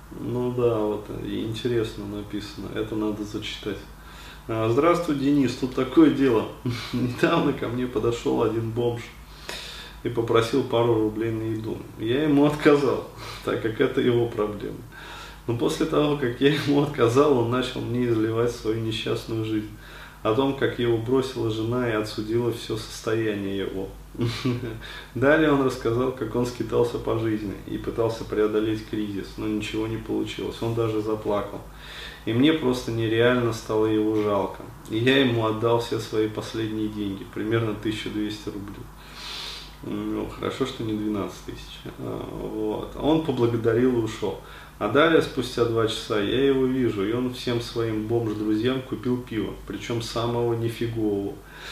Ну да, вот и интересно написано, это надо зачитать. Здравствуй, Денис, тут такое дело. Недавно ко мне подошел один бомж и попросил пару рублей на еду. Я ему отказал, так как это его проблема. Но после того, как я ему отказал, он начал мне изливать свою несчастную жизнь. О том, как его бросила жена и отсудила все состояние его. Далее он рассказал, как он скитался по жизни и пытался преодолеть кризис, но ничего не получилось. Он даже заплакал. И мне просто нереально стало его жалко. И я ему отдал все свои последние деньги, примерно 1200 рублей. Ну, хорошо, что не 12 тысяч. Вот. Он поблагодарил и ушел. А далее, спустя 2 часа, я его вижу, и он всем своим бомж-друзьям купил пиво, причем самого нифигового.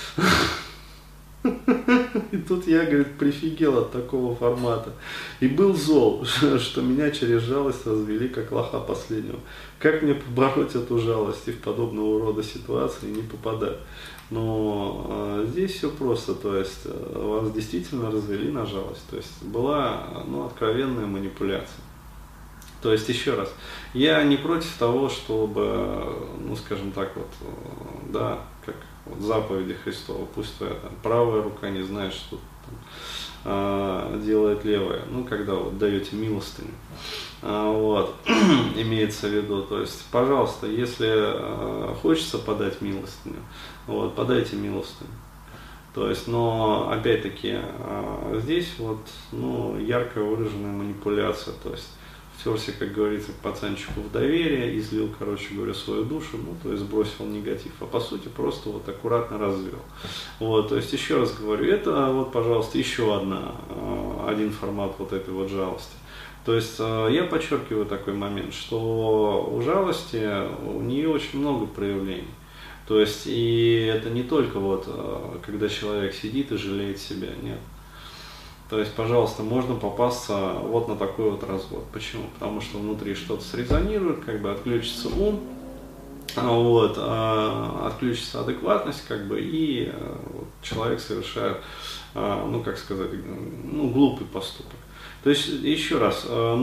И тут я, говорит, прифигел от такого формата. И был зол, что меня через жалость развели как лоха последнего. Как мне побороть эту жалость и в подобного рода ситуации не попадать? Но здесь все просто, то есть вас действительно развели на жалость. То есть была откровенная манипуляция. То есть, еще раз, я не против того, чтобы, скажем так, вот, да, как вот заповеди Христова, пусть твоя там правая рука не знает, что там, делает левая, когда вот даете милостыню, вот, имеется в виду, то есть, пожалуйста, если хочется подать милостыню, вот, подайте милостыню. То есть, но опять-таки здесь вот, ярко выраженная манипуляция, то есть втерся, как говорится, к пацанчику в доверие, излил, короче говоря, свою душу, то есть сбросил негатив, а по сути просто вот аккуратно развел. Вот, то есть еще раз говорю, это вот, пожалуйста, еще один формат вот этой вот жалости. То есть я подчеркиваю такой момент, что у жалости у нее очень много проявлений. То есть и это не только вот, когда человек сидит и жалеет себя, нет. То есть, пожалуйста, можно попасться вот на такой вот развод. Почему? Потому что внутри что-то срезонирует, отключится ум, вот, отключится адекватность, и вот, человек совершает, как сказать, глупый поступок. То есть, еще раз,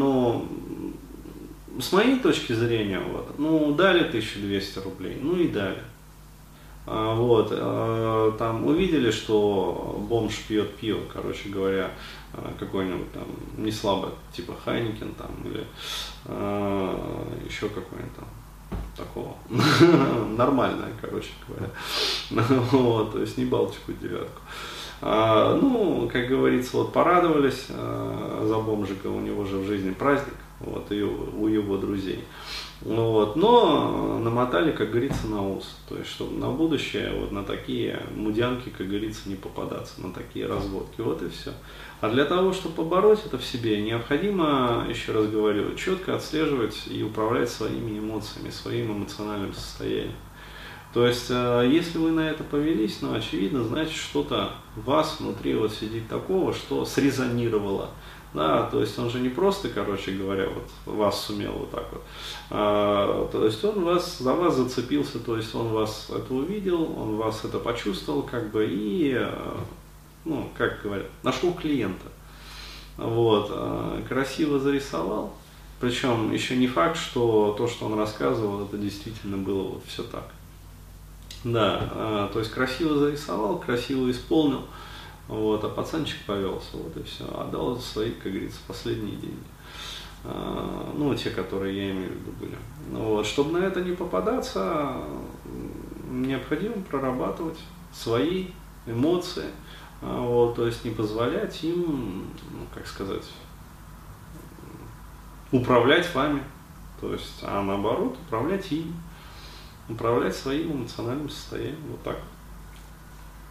с моей точки зрения, вот, дали 1200 рублей, и дали. Вот, там увидели, что бомж пьет пиво, короче говоря, какой-нибудь там не слабое, типа Хайникен там, или еще какой-нибудь там такого, нормальное, короче говоря, вот, то есть не Балтику девятку. Как говорится, вот порадовались за бомжика, у него же в жизни праздник, вот, и у его друзей. Вот, но намотали, как говорится, на ус. То есть, чтобы на будущее вот на такие мудянки, как говорится, не попадаться, на такие разводки. Вот и все. А для того, чтобы побороть это в себе, необходимо, еще раз говорю, четко отслеживать и управлять своими эмоциями, своим эмоциональным состоянием. То есть, если вы на это повелись, очевидно, значит, что-то в вас внутри вот сидит такого, что срезонировало. Да, то есть он же не просто, короче говоря, вот вас сумел вот так вот, то есть он за вас зацепился, то есть он вас это увидел, он вас это почувствовал, и, как говорят, нашел клиента, вот, красиво зарисовал, причем еще не факт, что то, что он рассказывал, это действительно было вот все так. Да, то есть красиво зарисовал, красиво исполнил. Вот, а пацанчик повелся, вот и все. Отдал свои, как говорится, последние деньги. Те, которые я имею в виду были. Вот, чтобы на это не попадаться, необходимо прорабатывать свои эмоции, вот, то есть не позволять им, управлять вами, то есть, а наоборот, управлять им, управлять своим эмоциональным состоянием, вот так.